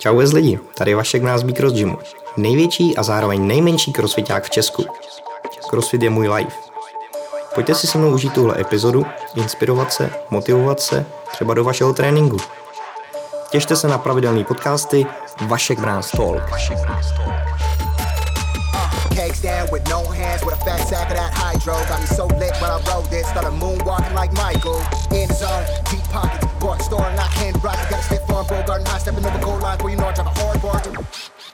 Čau lidi, tady je Vašek Mráz z Cross Gymu. Největší a zároveň nejmenší crossfiták v Česku. Crossfit je můj life. Pojďte si se mnou užít tuhle epizodu, inspirovat se, motivovat se, třeba do vašeho tréninku. Těšte se na pravidelné podcasty Vašek Mráz Talk. Stand with no hands with a fat sack of that hydro. Got me so lit when I wrote this. Started moonwalking like Michael. In the zone, deep pockets, bought store and I can't rock. Got a stiff arm, bro, garden high, stepping over goal line. Where you know I drop a hard bar.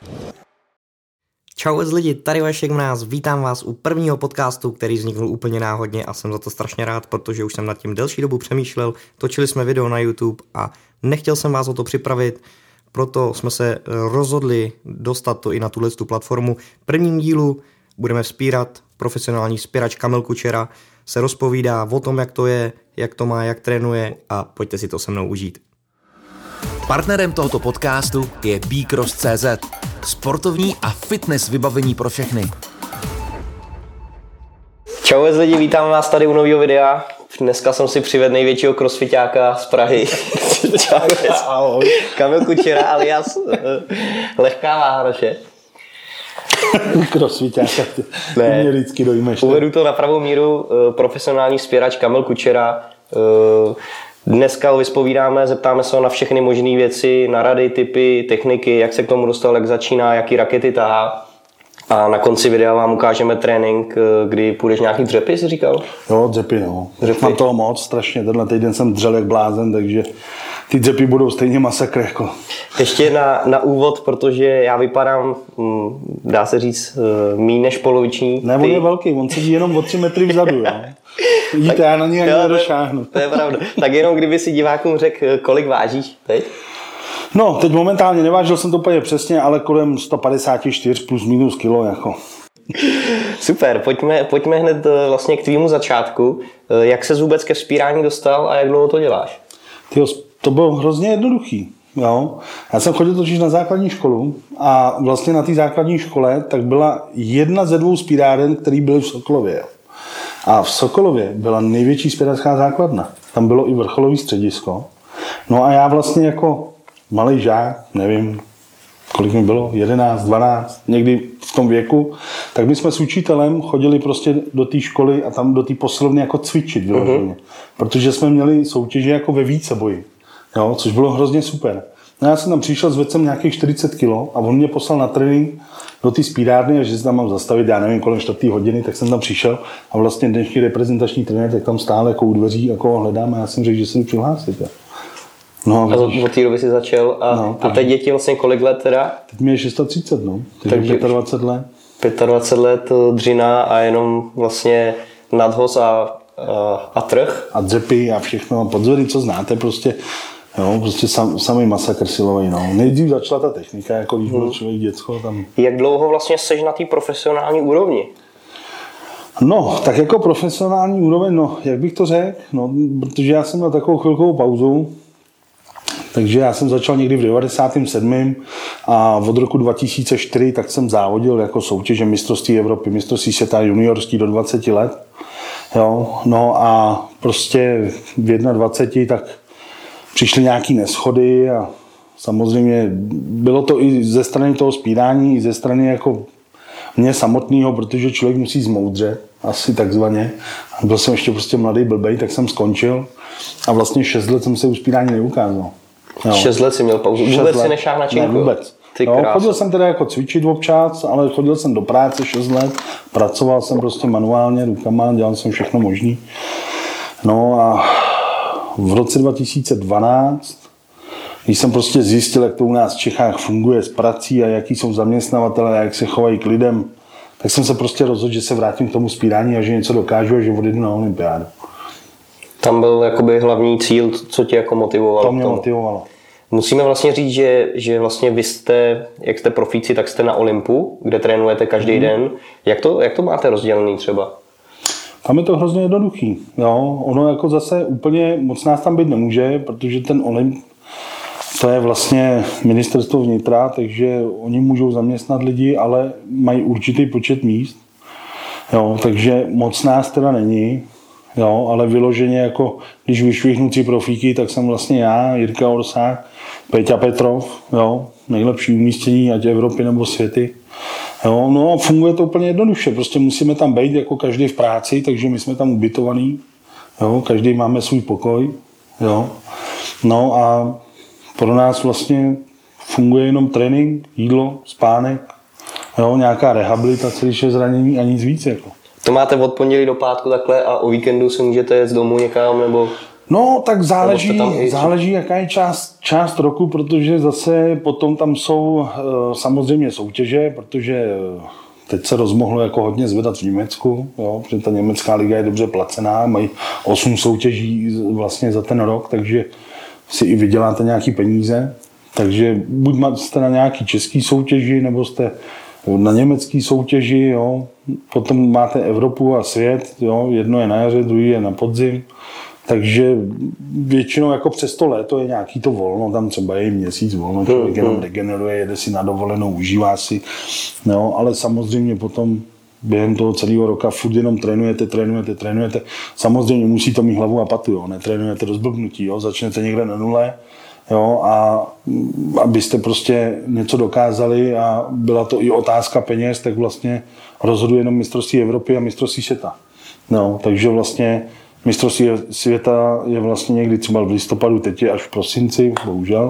Čau lidi, tady Vašek Mráz. Vítám vás u prvního podcastu, který vznikl úplně náhodně a jsem za to strašně rád, protože už jsem nad tím delší dobu přemýšlel. Točili jsme video na YouTube a nechtěl jsem vás o to připravit. Proto jsme se rozhodli dostat to i na tuhle platformu. V prvním dílu budeme vzpírat profesionální vzpěrač Kamil Kučera, se rozpovídá o tom, jak to je, jak to má, jak trénuje a pojďte si to se mnou užít. Partnerem tohoto podcastu je bcross.cz, sportovní a fitness vybavení pro všechny. Čau lidi, vítám vás tady u nového videa. Dneska jsem si přivedl největšího crossfitáka z Prahy. Ahoj. Kamil Kučera alias lehká váha naše. Crossfitáka, mě vždycky dojmeš. Uvedu to na pravou míru, profesionální vzpěrač Kamil Kučera. Dneska ho vyspovídáme, zeptáme se ho na všechny možné věci, na rady, tipy, techniky, jak se k tomu dostal, jak začíná, jaký rakety tahá. A na konci videa vám ukážeme trénink, kdy půjdeš nějaký dřepy, jsi říkal? Jo, dřepy, no. Dřepy. Mám toho moc, strašně. Tenhle týden jsem dřel jak blázen, takže ty dřepy budou stejně masakr. Jako. Ještě na úvod, protože já vypadám, dá se říct, míň než poloviční. Ne, on je velký, on sedí jenom o 3 metry vzadu, jo. Vidíte, já na něj ani nedošáhnu. To je pravda. Tak jenom kdyby si divákům řekl, kolik vážíš teď? No, teď momentálně nevážil jsem to úplně přesně, ale kolem 154 plus minus kilo, jako. Super, pojďme hned vlastně k tvýmu začátku. Jak ses vůbec ke vzpírání dostal a jak dlouho to děláš? Tyjo, to bylo hrozně jednoduchý. Jo. Já jsem chodil totiž na základní školu a vlastně na té základní škole tak byla jedna ze 2 vzpíráren, který byly v Sokolově. A v Sokolově byla největší vzpěracká základna. Tam bylo i vrcholový středisko. No a já vlastně jako malej žák, nevím, kolik mi bylo, 11, 12, někdy v tom věku, tak my jsme s učitelem chodili prostě do té školy a tam do té posilovny jako cvičit vyloženě. Protože jsme měli soutěže jako ve víceboji, jo, což bylo hrozně super. No já jsem tam přišel, zvedl jsem nějakých 40 kg a on mě poslal na trénink do té spírárny a že se tam mám zastavit, já nevím, kolem 4. hodiny, tak jsem tam přišel a vlastně dnešní reprezentační trenér, tak tam stále jako u dveří, jako hledám a já jsem řekl, že se mi přihlásit. No, a od té doby jsi začal a teď děti vlastně kolik let teda? Teď mi je 630, no. Teď je 25 let. 25 let dřina a jenom vlastně nadhoz a trh. A dřepy a všechno, podzvedy, co znáte, prostě, jo, prostě samý masakr silový, no. Nejdřív začala ta technika, jako když byl člověk děcko tam. Jak dlouho vlastně seš na té profesionální úrovni? No, tak jako profesionální úroveň, no, jak bych to řekl, no, protože já jsem měl takovou chvilkovou pauzu. Takže já jsem začal někdy v 97. a od roku 2004 tak jsem závodil jako soutěže mistrovství Evropy, mistrovství světa juniorský do 20 let. Jo, no a prostě v 21 tak přišly nějaké neshody a samozřejmě bylo to i ze strany toho spírání, i ze strany jako mě samotného, protože člověk musí zmoudřet, asi takzvaně. Byl jsem ještě prostě mladý blbej, tak jsem skončil a vlastně 6 let jsem se u spírání neukázal. No. 6 let jsi měl pauzu. Vůbec si nešáhl na činku? Ne, vůbec. Chodil jsem teda jako cvičit občas, ale chodil jsem do práce 6 let. Pracoval jsem prostě manuálně, rukama, dělal jsem všechno možný. No a v roce 2012, když jsem prostě zjistil, jak to u nás v Čechách funguje s prací a jaký jsou zaměstnavatelé a jak se chovají k lidem, tak jsem se prostě rozhodl, že se vrátím k tomu spírání a že něco dokážu a že odjedu na olympiádu. Tam byl jakoby hlavní cíl, co tě jako motivovalo? To mě motivovalo. Musíme vlastně říct, že vlastně vy jste, jak jste profíci, tak jste na Olympu, kde trénujete každý den. Jak to máte rozdělený třeba? Tam je to hrozně jednoduchý. Jo? Ono jako zase úplně moc nás tam být nemůže, protože ten Olymp, to je vlastně ministerstvo vnitra, takže oni můžou zaměstnat lidi, ale mají určitý počet míst. Jo? Takže moc nás teda není. jo, ale vyloženě jako, když vyšvihnu 3 profíky, tak jsem vlastně já, Jirka Orsák, Peťa Petrov, jo, nejlepší umístění, ať Evropy nebo světy. Jo, no a funguje to úplně jednoduše, prostě musíme tam být jako každý v práci, takže my jsme tam ubytovaní, jo, každý máme svůj pokoj, jo. No a pro nás vlastně funguje jenom trénink, jídlo, spánek, jo, nějaká rehabilitace, když je zranění a nic víc. Jako. To máte od pondělí do pátku takhle a o víkendu si můžete jet z domu někam nebo... No, tak záleží jaká je část roku, protože zase potom tam jsou samozřejmě soutěže, protože teď se rozmohlo jako hodně zvedat v Německu, jo, protože ta německá liga je dobře placená, mají 8 soutěží vlastně za ten rok, takže si i vyděláte nějaký peníze. Takže buď jste na nějaký český soutěži, nebo jste na německý soutěži, jo. Potom máte Evropu a svět, jo. Jedno je na jaře, druhý je na podzim. Takže většinou jako přes to léto je nějaký to volno, tam třeba je měsíc volno, člověk jenom regeneruje, jede si na dovolenou, užívá si. No, ale samozřejmě potom během toho celého roka furt jenom trénujete. Samozřejmě musí to mít hlavu a patu, jo. Netrénujete do zblbnutí, jo. Začnete někde na nule, jo, a abyste prostě něco dokázali a byla to i otázka peněz, tak vlastně rozhoduje jenom mistrovství Evropy a mistrovství světa. No, takže vlastně mistrovství světa je vlastně někdy třeba v listopadu, teď je až v prosinci, bohužel.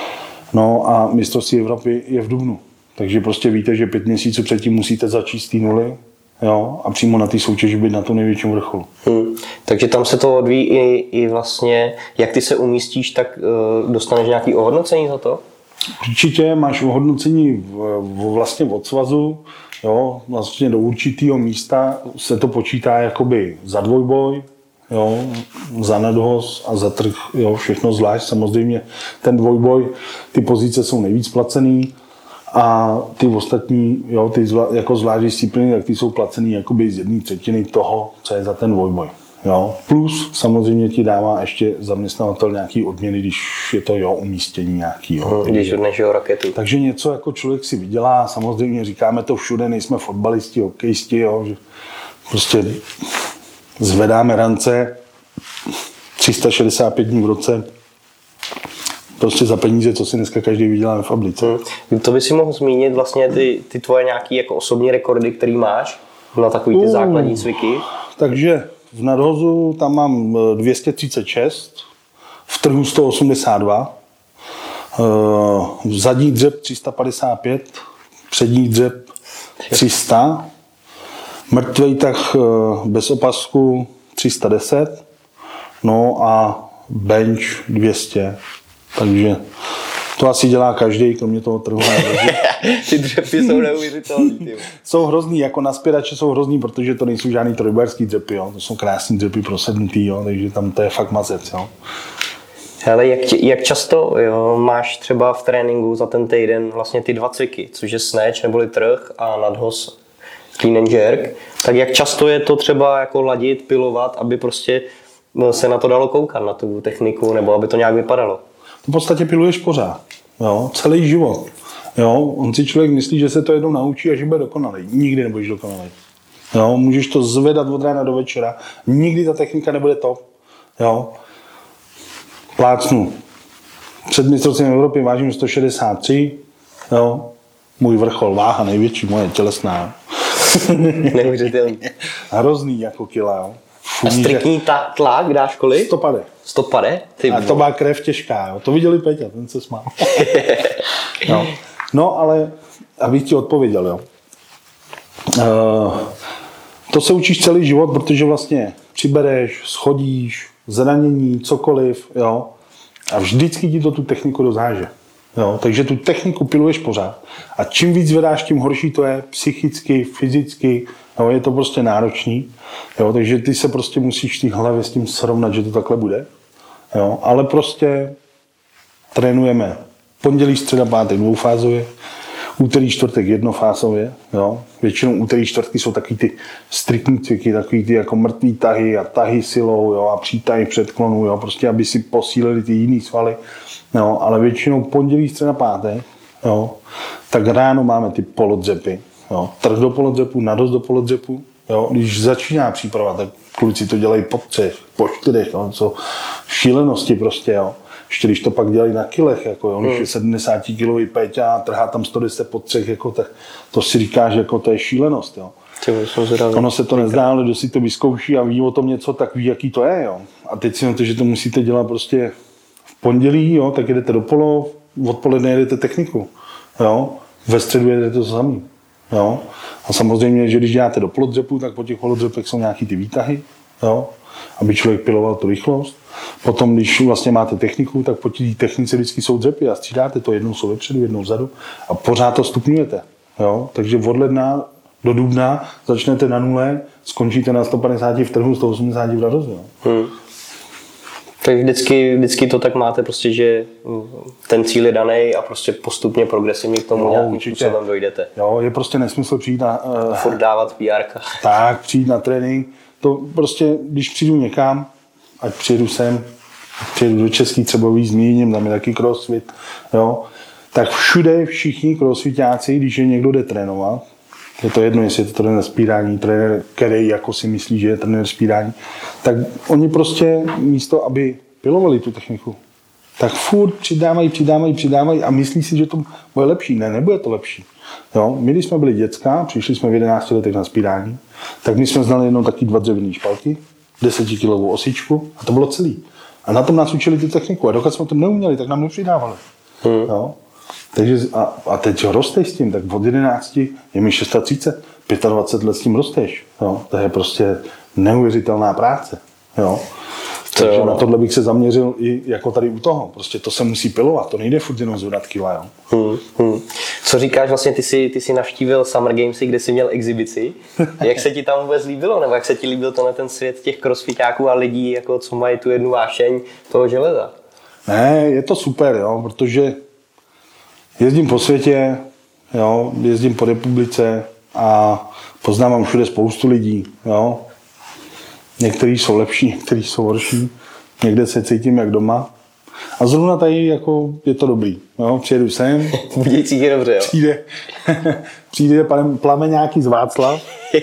No a mistrovství Evropy je v dubnu. Takže prostě víte, že 5 měsíců předtím musíte začít z té nuly, jo, a přímo na té soutěži být na tom největším vrcholu. Takže tam se to odvíjí i vlastně, jak ty se umístíš, tak dostaneš nějaké ohodnocení za to? Určitě máš ohodnocení vlastně od svazu, jo, vlastně do určitého místa se to počítá jakoby za dvojboj, jo, za nadhoz a za trh, jo, všechno zvlášť. Samozřejmě ten dvojboj, ty pozice jsou nejvíc placený a ty ostatní, jo, ty jako zvlášť disciplíny, tak ty jsou placený jakoby z 1/3 toho, co je za ten dvojboj. Jo. Plus samozřejmě ti dává ještě zaměstnavatel nějaký odměny, když je to jo, umístění nějaký. Jo. Když odneš raketu. Takže něco jako člověk si vydělá, samozřejmě říkáme to všude, nejsme fotbalisti, hokejisti, jo, že prostě zvedáme rance 365 dní v roce, prostě za peníze, co si dneska každý vydělá ve fabrice. To by si mohl zmínit vlastně ty tvoje nějaké jako osobní rekordy, který máš na takový ty základní cviky? Takže v nadhozu tam mám 236, v trhu 182, v zadní dřep 355, přední dřep 300, mrtvej tah bez opasku 310, no a bench 200. Takže to asi dělá každý, kromě toho trhu. Ty dřepy jsou neuvěřitelný. Jsou hrozný, jako na spěrače jsou hrozný, protože to nejsou žádný trojbarský dřepy, jo. To jsou krásný dřepy prosednutý, jo. Takže tam to je fakt mazec. Jo. Hele, jak často jo, máš třeba v tréninku za ten týden vlastně ty 2 cviky, což je snatch neboli trh a nadhoz clean and jerk, tak jak často je to třeba jako ladit, pilovat, aby prostě se na to dalo koukat, na tu techniku, nebo aby to nějak vypadalo? V podstatě piluješ pořád, jo, celý život. Jo, on si člověk myslí, že se to jednou naučí a že bude dokonalý. Nikdy nebudeš dokonalý. Jo, můžeš to zvedat od rána do večera, nikdy ta technika nebude top. Jo. Plácnu. Před mistrovstvím Evropy vážím 163, jo. Můj vrchol, váha největší, moje tělesná. Neuvěřitelný. Hrozný jako kila, jo. A striktní tlak dáš kolik? 100 a to má krev těžká, jo. To viděli Peťa, ten se smál. No, ale abych ti odpověděl, jo. To se učíš celý život, protože vlastně přibereš, schodíš, zranění, cokoliv, jo. A vždycky ti to tu techniku rozháže. Jo, takže tu techniku piluješ pořád. A čím víc zvedáš, tím horší to je psychicky, fyzicky. Jo, je to prostě náročný. Jo, takže ty se prostě musíš v té hlavě s tím srovnat, že to takhle bude. Jo, ale prostě trénujeme pondělí, středa, pátek dvoufázově, úterý, čtvrtek jednofázově. Jo. Většinou úterý, čtvrtky jsou taky ty striktní cviky, takový ty jako mrtvý tahy a tahy silou, jo, a přítahy předklonu, jo, prostě aby si posílili ty jiný svaly. Jo, ale většinou pondělí, středa, pátek, jo, tak ráno máme ty polodřepy. Jo, trh do polodřepu, nadhoz do polodřepu, Jo? Když začíná příprava, tak kluci to dělají po 3, po 4, jo? Co šílenosti prostě, jo. Ještě když to pak dělají na kilech, jako jo, když je 70 kilový Péťa a trhá tam 110 po 3, jako, tak to si říkáš, jako to je šílenost, jo. Ono se to nezdá, ale kdo si to vyzkouší a ví o tom něco, tak ví, jaký to je, jo. A teď si na to, že to musíte dělat prostě v pondělí, jo, tak jedete do polo, odpoledne jedete techniku, jo. Ve středu jedete to samý, jo. A samozřejmě, že když děláte do polodřepu, tak po těch polodřepech jsou nějaký ty výtahy, jo, aby člověk piloval tu rychlost. Potom, když vlastně máte techniku, tak po té technice vždycky jsou dřepy a střídáte to, jednou jsou vepředu, jednou vzadu a pořád to stupňujete. Jo? Takže od ledna do dubna začnete na 0, skončíte na 150 v trhu, 180 v radosti. Takže vždycky to tak máte, prostě, že ten cíl je daný a prostě postupně progresivně k tomu nějakým způsobem dojdete. Jo, je prostě nesmysl přijít na... Furt dávat PR. Tak, přijít na trénink. To prostě, když přijdu někam, ať přijedu sem, přijedu do Český Třebový, zmíním, tam je taky crossfit, jo, tak všude všichni crossfitáci, když je někdo jde trénovat, je to jedno, jestli je to trenér spírání, trenér, který jako si myslí, že je trenér spírání, tak oni prostě místo, aby pilovali tu techniku, tak furt přidávají a myslí si, že to bude lepší. Ne, nebude to lepší. Jo, my, když jsme byli děcka, přišli jsme v 11 letech na spírání, tak my jsme znali jenom taky 2 dřevěné špalky, 10kilovou osičku a to bylo celý. A na tom nás učili tu techniku. A dokud jsme to neuměli, tak nám nepřidávali. Jo? Takže, a teď rosteš s tím, tak od 11 je mi 630, 25 let s tím rosteš. Jo? To je prostě neuvěřitelná práce. Jo? Takže na tohle bych se zaměřil i jako tady u toho. Prostě to se musí pilovat, to nejde furt jenom zvedat kila. Jo? Co říkáš, vlastně ty jsi navštívil Summer Gamesy, kde jsi měl exibici. Jak se ti tam vůbec líbilo, nebo jak se ti líbil ten svět těch crossfitáků a lidí, jako, co mají tu jednu vášeň toho železa? Ne, je to super, jo, protože jezdím po světě, jo, jezdím po republice a poznávám všude spoustu lidí. Jo. Někteří jsou lepší, někteří jsou horší, někde se cítím jak doma. A zrovna tady jako je to dobrý. Jo. Přijedu sem. Budí cítí dobře, jo? Přijde plameňáký z Václav,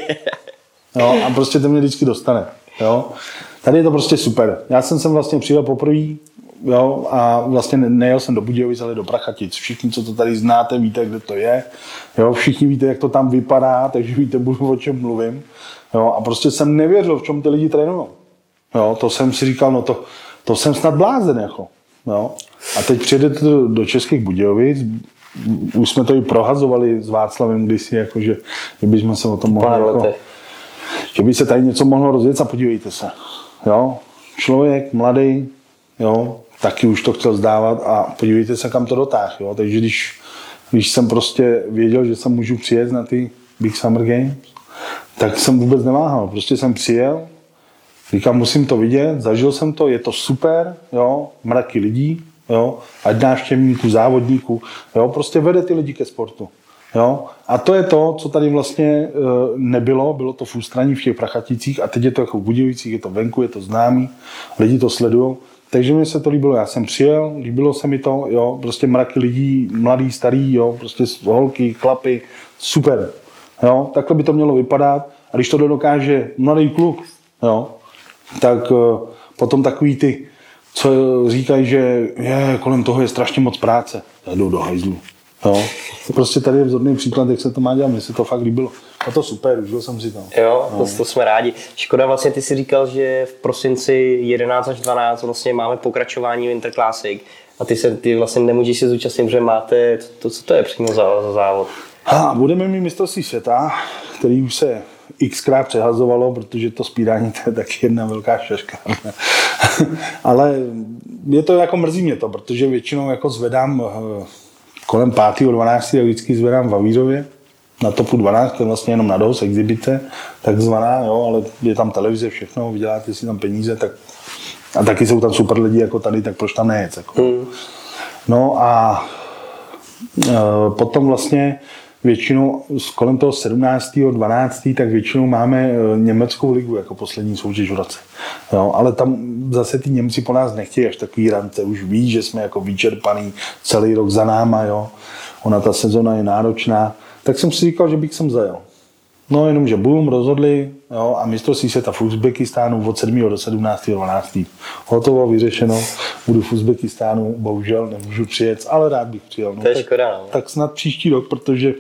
jo, a prostě to mě vždycky dostane. Jo. Tady je to prostě super. Já jsem sem vlastně přijel poprvé, jo, a vlastně nejel jsem do Budějovic, ale do Prachatic. Všichni, co to tady znáte, víte, kde to je. Jo, všichni víte, jak to tam vypadá, takže víte, budu o čem mluvím. Jo, a prostě jsem nevěřil, v čem ty lidi trénují. Jo, to jsem si říkal, no to jsem snad blázen. Jako. Jo. A teď přijedete do Českých Budějovic, už jsme to i prohazovali s Václavem kdysi, jakože bychom se o tom mohli, jako, že by se tady něco mohlo rozjet a podívejte se. Jo. Člověk mladý, jo, taky už to chtěl zdávat a podívejte se, kam to dotáhl. Takže když jsem prostě věděl, že se můžu přijet na ty Big Summer Games, tak jsem vůbec neváhal. Prostě jsem přijel, říkám, musím to vidět, zažil jsem to, je to super, jo, mraky lidí, jo, ať návštěvníků, závodníků, jo, prostě vede ty lidi ke sportu. Jo. A to je to, co tady vlastně nebylo, bylo to v Ústraní, v těch Prachaticích a teď je to jako v Budějovicích, je to venku, je to známý, lidi to sledují. Takže mi se to líbilo, já jsem přijel, líbilo se mi to, jo, prostě mraky lidí, mladý, starý, jo, prostě holky, chlapy, super. Jo, takhle by to mělo vypadat a když to dokáže mladý kluk, jo, tak potom takový ty, co říkají, že kolem toho je strašně moc práce, tak jdou do hajzlu. Jo. Prostě tady je vzorný příklad, jak se to má dělat, mně se to fakt líbilo. A to super, užil jsem si to. Jo, to jsme rádi. Škoda, vlastně ty si říkal, že v prosinci 11 až 12 vlastně máme pokračování Winter Classic a ty vlastně nemůžeš se zúčastnit, protože máte, co to je přímo za závod? Budeme mít mistrovství světa, který už se xkrát přehazovalo, protože to spírání to je taky jedna velká šaška. Ale je to jako mrzí mě to, protože většinou jako zvedám kolem 5. 12. a vždycky zvedám v Havířově na topu 12, to je vlastně jenom na dost, exibice, takzvaná, jo, ale je tam televize, všechno, vyděláte si tam peníze, tak a taky jsou tam super lidi jako tady, tak proč tam nejet? Jako. No a potom vlastně většinou kolem toho 17. 12. tak většinou máme německou ligu jako poslední soutěž v roce. Jo, ale tam zase ty Němci po nás nechtějí až takový rance, už ví, že jsme jako vyčerpaný celý rok za náma, jo. Ona ta sezona je náročná, tak jsem si říkal, že bych sem zajel. No jenomže boom, rozhodli, jo, a mistrovství světa v Uzbekistánu od 7. do 17. 12. Hotovo, vyřešeno, budu v Uzbekistánu, bohužel nemůžu přijet, ale rád bych přijel. No, to je škoda, no. Tak snad příští rok, protože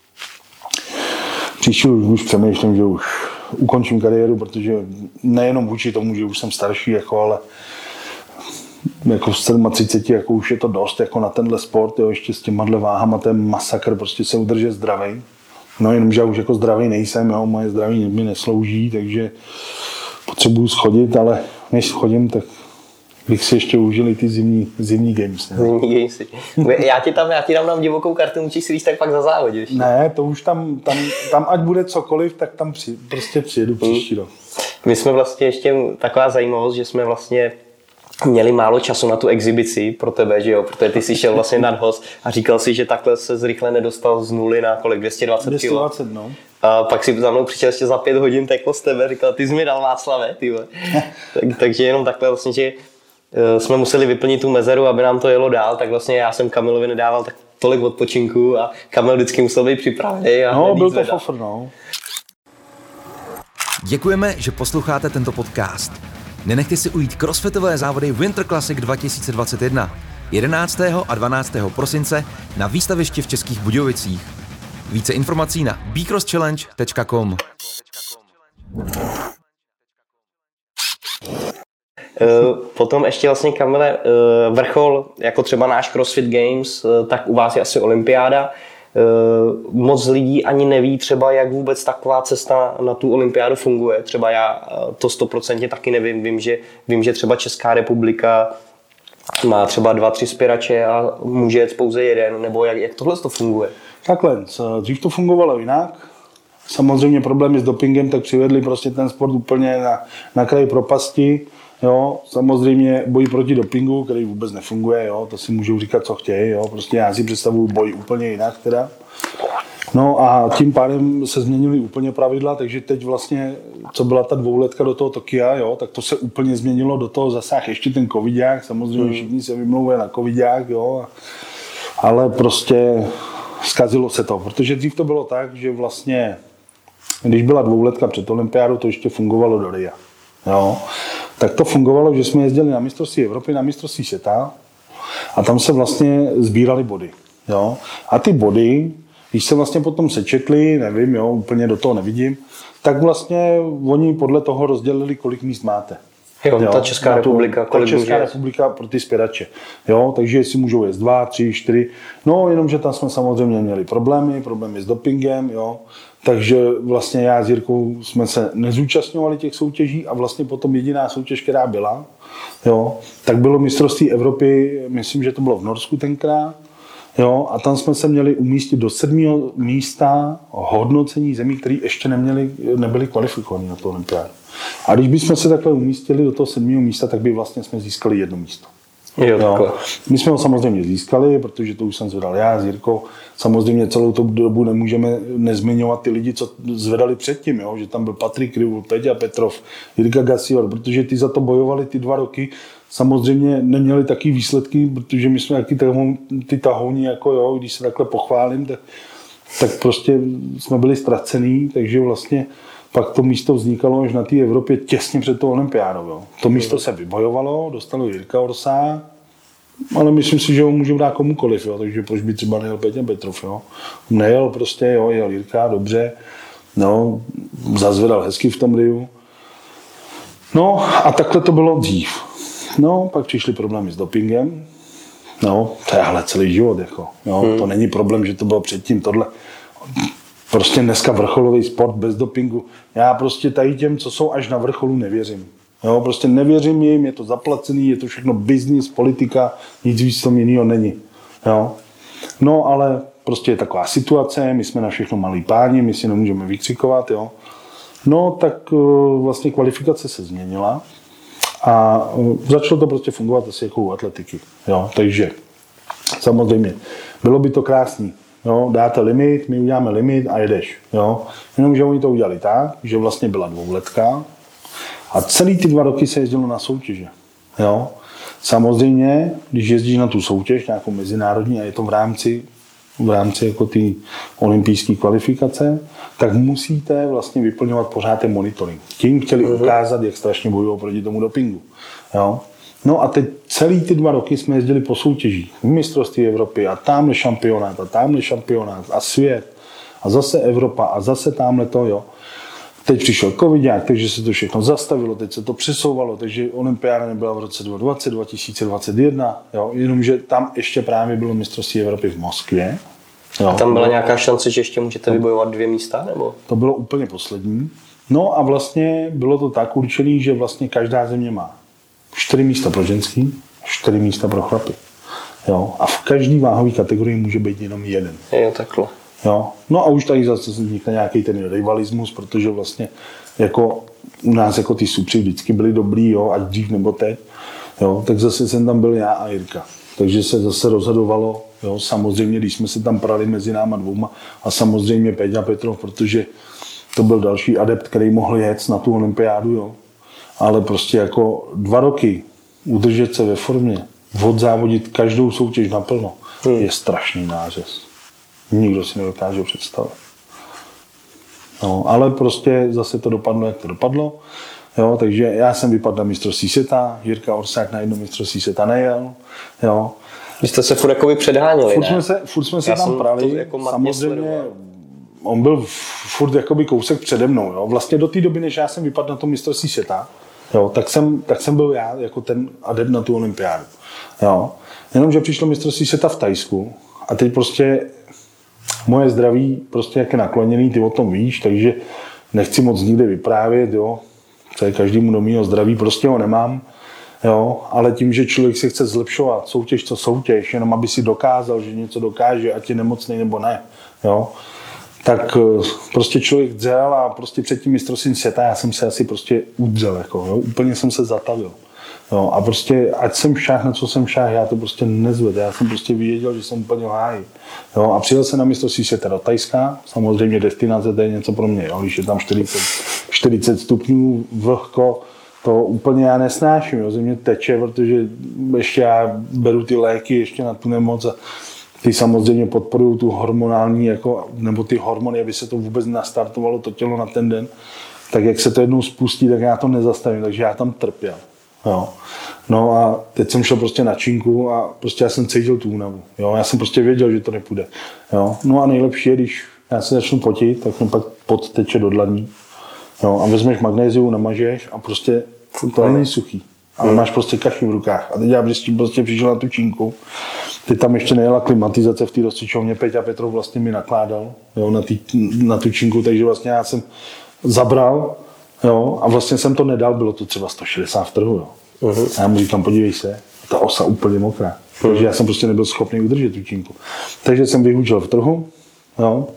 příští rok už přemýšlím, že už ukončím kariéru, protože nejenom vůči tomu, že už jsem starší, jako, ale jako v 37, jako už je to dost jako na tenhle sport, jo, ještě s těma váhama, to je masakr, prostě se udržet zdravej. No jenomže já už jako zdravý nejsem, jo, moje zdraví mi neslouží, takže potřebuju schodit, ale než schodím, tak bych si ještě užil i ty zimní games. Ne? Zimní gamesy. Já ti dám divokou kartu, můžeš si říct tak pak za závodě. Ne, to už tam ať bude cokoliv, tak tam prostě přijedu příští rok. My jsme vlastně ještě taková zajímavost, že jsme vlastně měli málo času na tu exibici pro tebe, že jo, protože ty jsi šel vlastně nad host a říkal si, že takhle se zrychle nedostal z nuly na kolik, 220 kg. 220, no. A pak si za mnou přišel ještě za 5 hodin teklo z tebe, říkal, ty jsi mi dal Václave, ty vole. Takže jenom takhle vlastně, že jsme museli vyplnit tu mezeru, aby nám to jelo dál, tak vlastně já jsem Kamilovi nedával tak tolik odpočinku a Kamil vždycky musel být připravený. No, byl to fofr, no. Děkujeme, že posloucháte tento podcast. Nenechte si ujít crossfitové závody Winter Classic 2021 11. a 12. prosince na výstavišti v Českých Budějovicích. Více informací na bcrosschallenge.com. Potom ještě vlastně, Kamile, vrchol, jako třeba náš CrossFit Games, tak u vás je asi olympiáda. Moc lidí ani neví třeba, jak vůbec taková cesta na tu olympiádu funguje. Třeba já to 100% taky nevím. Vím, že třeba Česká republika má třeba 2-3 spěrače a může jet pouze jeden, nebo jak tohle to funguje? Takhle, dřív to fungovalo jinak. Samozřejmě problémy s dopingem tak přivedli prostě ten sport úplně na kraj propasti. Jo, samozřejmě boj proti dopingu, který vůbec nefunguje, jo, to si můžou říkat, co chtějí, jo, prostě já si představuju boj úplně jinak teda. No a tím pádem se změnily úplně pravidla, takže teď vlastně, co byla ta dvouletka do toho Tokia, jo, tak to se úplně změnilo, do toho zasáh ještě ten covidák, samozřejmě všichni se vymlouvají na covidák, jo, ale prostě zkazilo se to, protože dřív to bylo tak, že vlastně, když byla dvouletka před olympiádou, to ještě fungovalo do RIA, jo. Tak to fungovalo, že jsme jezdili na mistrovství Evropy, na mistrovství světa a tam se vlastně sbíraly body. Jo? A ty body, když se vlastně potom sečetli, nevím, jo, úplně do toho nevidím, tak vlastně oni podle toho rozdělili, kolik míst máte. Jo, ta Česká republika, kolik může? Česká republika pro ty spěrače. Jo, takže si můžou jet 2, 3, 4. No, jenomže tam jsme samozřejmě měli problémy s dopingem, jo. Takže vlastně já s Jirkou jsme se nezúčastňovali těch soutěží a vlastně potom jediná soutěž, která byla, jo, tak bylo mistrovství Evropy, myslím, že to bylo v Norsku tenkrát, jo, a tam jsme se měli umístit do 7. místa hodnocení zemí, které ještě nebyly kvalifikované na tu olympiádu. A když bychom se takhle umístili do toho 7. místa, tak by vlastně jsme získali 1 místo. Jo. My jsme ho samozřejmě získali, protože to už jsem zvedal já s Jirkou. Samozřejmě celou tu dobu nemůžeme nezmiňovat ty lidi, co zvedali předtím, jo? Že tam byl Patrik Krivul, Peťa Petrov, Jirka Gasior, protože ty za to bojovali ty 2 roky. Samozřejmě neměli taky výsledky, protože my jsme taky ty tahouni, jako jo, když se takhle pochválím, tak prostě jsme byli ztracený, takže vlastně pak to místo vznikalo až na té Evropě těsně před tou olympiádou. Jo. To místo se vybojovalo, dostalo Jirka Orsa, ale myslím si, že ho můžeme dát komukoliv, jo. Takže proč by třeba nejel Peťa Petrov. Jo. Nejel prostě, jo, jel Jirka, dobře, no, zazvedal hezky v tom Riu. No a takhle to bylo dřív. No, pak přišly problémy s dopingem. No, to je ale celý život, jako. Jo. To není problém, že to bylo předtím tohle. Prostě dneska vrcholový sport bez dopingu. Já prostě tady těm, co jsou až na vrcholu, nevěřím. Jo, prostě nevěřím jim, je to zaplacený, je to všechno biznis, politika, nic víc tom jiného není. Jo. No, ale prostě je taková situace, my jsme na všechno malí páni, my si nemůžeme vykřikovat, jo. No, tak vlastně kvalifikace se změnila a začalo to prostě fungovat asi jako u atletiky. Jo. Takže samozřejmě, bylo by to krásný. Jo, dáte limit, my uděláme limit a jedeš. Jo. Jenomže oni to udělali tak, že vlastně byla dvouletka a celý ty 2 roky se jezdilo na soutěže. Jo. Samozřejmě, když jezdíš na tu soutěž, nějakou mezinárodní, a je to v rámci v rámci jako ty olympijské kvalifikace, tak musíte vlastně vyplňovat pořád ten monitoring. Tím chtěli ukázat, jak strašně bojují proti tomu dopingu. Jo? No a teď celý ty 2 roky jsme jezdili po soutěžích. Mistrovství Evropy a tamhle šampionát a svět a zase Evropa a zase tamhle to, jo. Teď přišel covidák, takže se to všechno zastavilo, teď se to přesouvalo, takže olympiáda nebyla v roce 2020, 2021, jo, jenomže tam ještě právě bylo mistrovství Evropy v Moskvě. Jo. A tam byla nějaká šance, že ještě můžete vybojovat 2 místa, nebo? To bylo úplně poslední. No a vlastně bylo to tak určený, že vlastně každá země má 4 místa pro ženský, 4 místa pro chlapy. Jo. A v každé váhové kategorii může být jenom jeden. Jo, takhle. Jo. No a už tady zase vznikne nějaký ten rivalismus, protože vlastně jako u nás jako ty supři vždycky byli dobrý, jo, ať dřív nebo teď, jo, tak zase jsem tam byl já a Jirka. Takže se zase rozhodovalo, jo, samozřejmě, když jsme se tam prali mezi náma dvouma a samozřejmě Peťa Petrov, protože to byl další adept, který mohl jet na tu olympiádu, jo. Ale prostě jako 2 roky udržet se ve formě, odzávodit každou soutěž naplno, je strašný nářez. Nikdo si nedokáže představit. No, ale prostě zase to dopadlo, jak to dopadlo. Jo, takže já jsem vypadl na mistrovství světa, Jirka Orsák na jedno mistrovství světa nejel. Jo. Vy jste se furt jakoby předháněli, furt jsme se tam prali. Jako samozřejmě on byl furt jakoby kousek přede mnou. Jo. Vlastně do té doby, než já jsem vypadl na to mistrovství světa, jo, tak jsem byl já jako ten adept na tu olympiádu. Jo. Jenomže přišlo mistrovství světa v Thajsku a teď prostě moje zdraví prostě jak je nakloněný, ty o tom víš, takže nechci moc nikde vyprávět, jo. To je každému do mýho zdraví, prostě ho nemám, jo. Ale tím, že člověk se chce zlepšovat, soutěž co soutěž, jenom aby si dokázal, že něco dokáže, ať je nemocný nebo ne, jo. Tak prostě člověk dřel a prostě před tím mistrovstvím světa já jsem se asi prostě udřel, jako, jo. Úplně jsem se zatavil. Jo, a prostě, ať jsem šáh, na co jsem šáh, já to prostě nezvedl. Já jsem prostě věděl, že jsem úplně v háji. Jo, a přijel jsem na mistrovství světa do Thajska. Samozřejmě destinace, to je něco pro mě. Jo, když je tam 40 stupňů vlhko, to úplně já nesnáším. Jo, ze mě teče, protože ještě já beru ty léky ještě na tu nemoc a ty samozřejmě podporují tu hormonální, jako, nebo ty hormony, aby se to vůbec nastartovalo, to tělo na ten den. Tak jak se to jednou spustí, tak já to nezastavím, takže já tam trpěl. Jo. No a teď jsem šel prostě na činku a prostě já jsem cítil tu únavu. Jo. Já jsem prostě věděl, že to nepůjde. Jo. No a nejlepší je, když já se začnu potit, tak mi pak pot teče do dlaní. Jo. A vezmeš magnézium, namažeš a prostě to není suchý. Ale máš prostě kaši v rukách. A teď já prostě přišel na tu činku. Teď tam ještě nejela klimatizace v té rozcvičovně. Peťa Petrov vlastně mi nakládal, jo, na tu činku, takže vlastně já jsem zabral. Jo, a vlastně jsem to nedal, bylo to třeba 160 v trhu. Jo. A já mu říkám, podívej se, ta osa úplně mokrá. Takže já jsem prostě nebyl schopný udržet tu činku. Takže jsem vyhučil v trhu. Jo.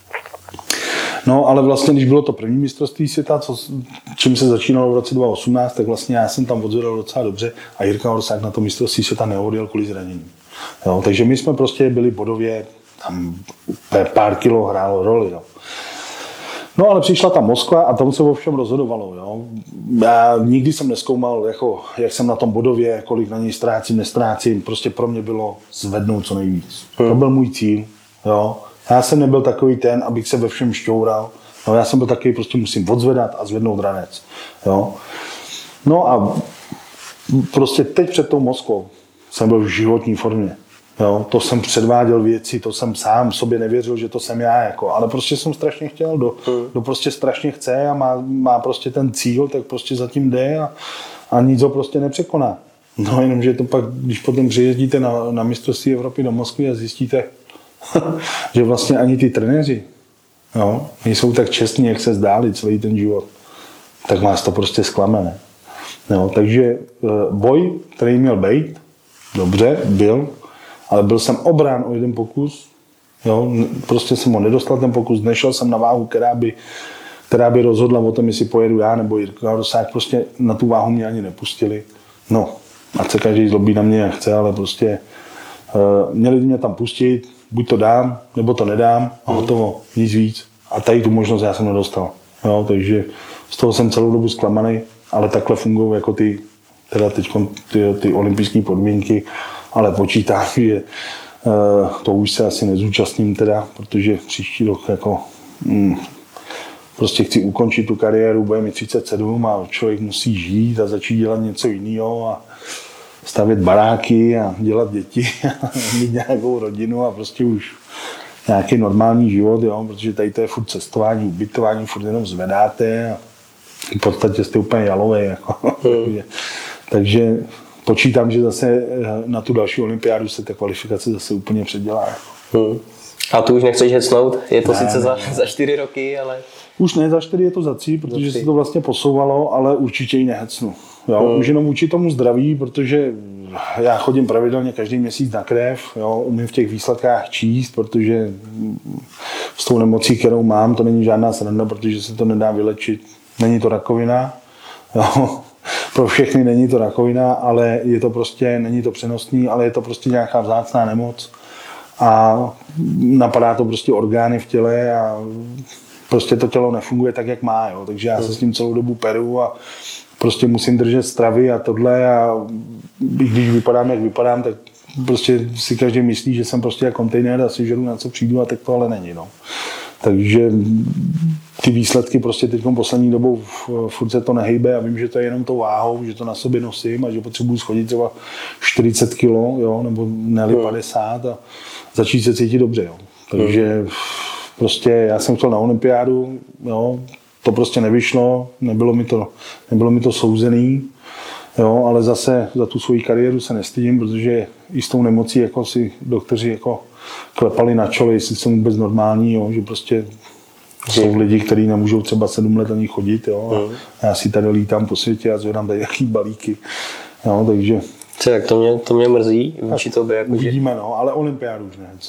No, ale vlastně, když bylo to první mistrovství světa, čím se začínalo v roce 2018, tak vlastně já jsem tam odzvedal docela dobře a Jirka Orsák na to mistrovství světa neodjel kvůli zranění. Jo, takže my jsme prostě byli bodově, tam pár kilo hrálo roli. Jo. No ale přišla ta Moskva a tam se o všem rozhodovalo. Jo. Já nikdy jsem nezkoumal, jako, jak jsem na tom bodově, kolik na něj ztrácím, nestrácím. Prostě pro mě bylo zvednout co nejvíc. To byl můj cíl. Jo. Já jsem nebyl takový ten, abych se ve všem šťoural. No, já jsem byl takový, prostě musím odzvedat a zvednout ranec. Jo. No a prostě teď před tou Moskvou jsem byl v životní formě. Jo, to jsem předváděl věci, to jsem sám sobě nevěřil, že to jsem já, jako, ale prostě jsem strašně chtěl, kdo prostě strašně chce a má prostě ten cíl, tak prostě zatím jde a nic ho prostě nepřekoná. No jenomže to pak, když potom přijezdíte na mistrovství Evropy do Moskvy a zjistíte, že vlastně ani ty trenéři, jo, nejsou tak čestní, jak se zdáli celý ten život, tak vás to prostě zklame, ne? Jo, takže boj, který měl být, dobře, byl, ale byl jsem obrán o jeden pokus, jo, prostě jsem ho nedostal ten pokus, nešel jsem na váhu, která by rozhodla o tom, jestli pojedu já nebo Jirka Orsák, prostě na tu váhu mě ani nepustili. No, ať se každý zlobí na mě, jak chce, ale prostě měli mě tam pustit, buď to dám, nebo to nedám a hotovo, nic víc. A tady tu možnost já jsem nedostal. Jo, takže z toho jsem celou dobu zklamaný, ale takhle fungují jako ty olympijské podmínky, ale počítám, že To už se asi nezúčastním teda, protože příští rok jako prostě chci ukončit tu kariéru, bude mi 37 a člověk musí žít a začít dělat něco jiného a stavět baráky a dělat děti a mít nějakou rodinu a prostě už nějaký normální život, jo, protože tady to je furt cestování, ubytování, furt jenom zvedáte a v podstatě jste úplně jalovej. Jako. Takže počítám, že zase na tu další olympiádu se ta kvalifikace zase úplně předělá. A tu už nechceš hecnout? Je to sice za 4 roky, ale... Už ne, za 4 je to za 3, protože se to vlastně posouvalo, ale určitě ji nehecnu. Jo, už jenom vůči tomu zdraví, protože já chodím pravidelně každý měsíc na krev, jo, umím v těch výsledkách číst, protože s tou nemocí, kterou mám, to není žádná sranda, protože se to nedá vylečit. Není to rakovina, jo. Pro všechny není to rakovina, ale je to prostě, není to přenosný, ale je to prostě nějaká vzácná nemoc a napadá to prostě orgány v těle a prostě to tělo nefunguje tak, jak má, jo. Takže já se s tím celou dobu peru a prostě musím držet stravy a tohle a když vypadám, jak vypadám, tak prostě si každý myslí, že jsem prostě jak kontejner a si žeru, na co přijdu a tak to ale není, no. Takže ty výsledky prostě teď poslední dobou furt se to nehejbe a vím, že to je jenom tou váhou, že to na sobě nosím a že potřebuji schodit třeba 40 kg, jo, nebo ne 50 a začít se cítit dobře, jo. Takže prostě já jsem chtěl na olympiádu, jo, to prostě nevyšlo, nebylo mi to souzený, jo, ale zase za tu svoji kariéru se nestydím, protože i s tou nemocí jako si doktoři jako klepali na čelo, jestli jsem vůbec normální, jo, že prostě jsou lidi, kteří nemůžou třeba 7 let ani chodit, jo, a já si tady lítám po světě a zvedám tady jaký balíky, jo, takže... Tak to mě mrzí, vůči tobě. Jako uvidíme, no, ale olympiádu už ne.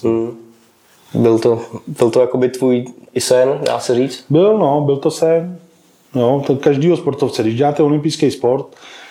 Byl to jakoby tvůj i sen, dá se říct? Byl to sen, jo, tak každýho sportovce, když děláte olympijský sport,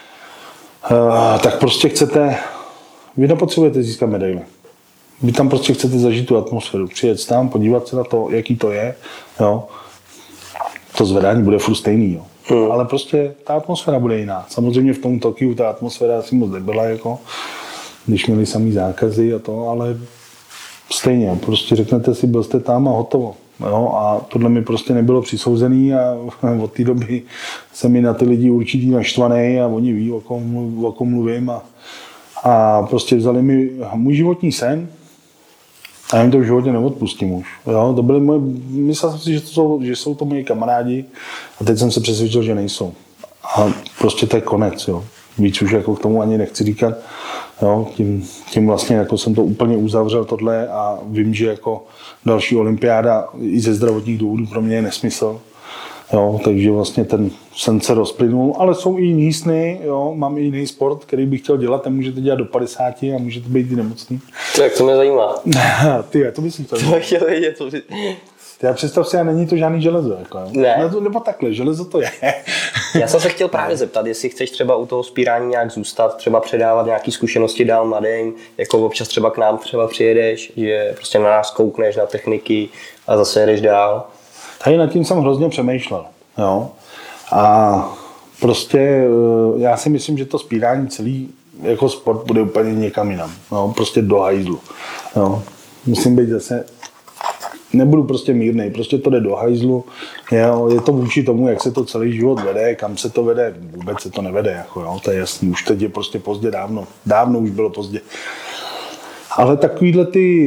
tak prostě vy nepotřebujete získat medaile. Vy tam prostě chcete zažít tu atmosféru, přijet tam, podívat se na to, jaký to je, jo. To zvedání bude furt stejný, jo. Ale prostě ta atmosféra bude jiná. Samozřejmě v tom Tokiu ta atmosféra asi moc nebyla, jako, když měli samý zákazy a to, ale stejně, prostě řeknete si, byl jste tam a hotovo. Jo, a tohle mi prostě nebylo přisouzený a od té doby jsem mi na ty lidi určitý naštvaný a oni ví, o kom mluvím a prostě vzali mi můj životní sen a já jim to v životě neodpustím už. Jo, to byly myslel jsem si, že jsou to moji kamarádi a teď jsem se přesvědčil, že nejsou. A prostě to je konec, jo. Víc už jako k tomu ani nechci říkat. Jo, tím vlastně jako jsem to úplně uzavřel tohle a vím, že jako další olympiáda i ze zdravotních důvodů pro mě je nesmysl. Jo, takže vlastně ten sen se rozplynul, ale jsou i jiný sny, jo, mám i jiný sport, který bych chtěl dělat, ten můžete dělat do 50 a můžete být i nemocný. Tak to mě zajímá. To bys chtěl. To chtěl vědět. Já představ si, a není to žádný železo. Jako, ne. Nebo takhle, železo to je. Já jsem se chtěl právě zeptat, jestli chceš třeba u toho spírání nějak zůstat, třeba předávat nějaké zkušenosti dál mladým, jako občas třeba k nám třeba přijedeš, že prostě na nás koukneš, na techniky a zase jedeš dál. Tady nad tím jsem hrozně přemýšlel. Jo. A prostě já si myslím, že to spírání celý jako sport bude úplně někam jinam. Jo. Prostě do hajzlu. Jo. Musím být zase... Nebudu prostě mírnej, prostě to jde do hajzlu, jo, je to vůči tomu, jak se to celý život vede, kam se to vede, vůbec se to nevede, jako, jo, to je jasný, už teď je prostě pozdě dávno už bylo pozdě. Ale takovýhle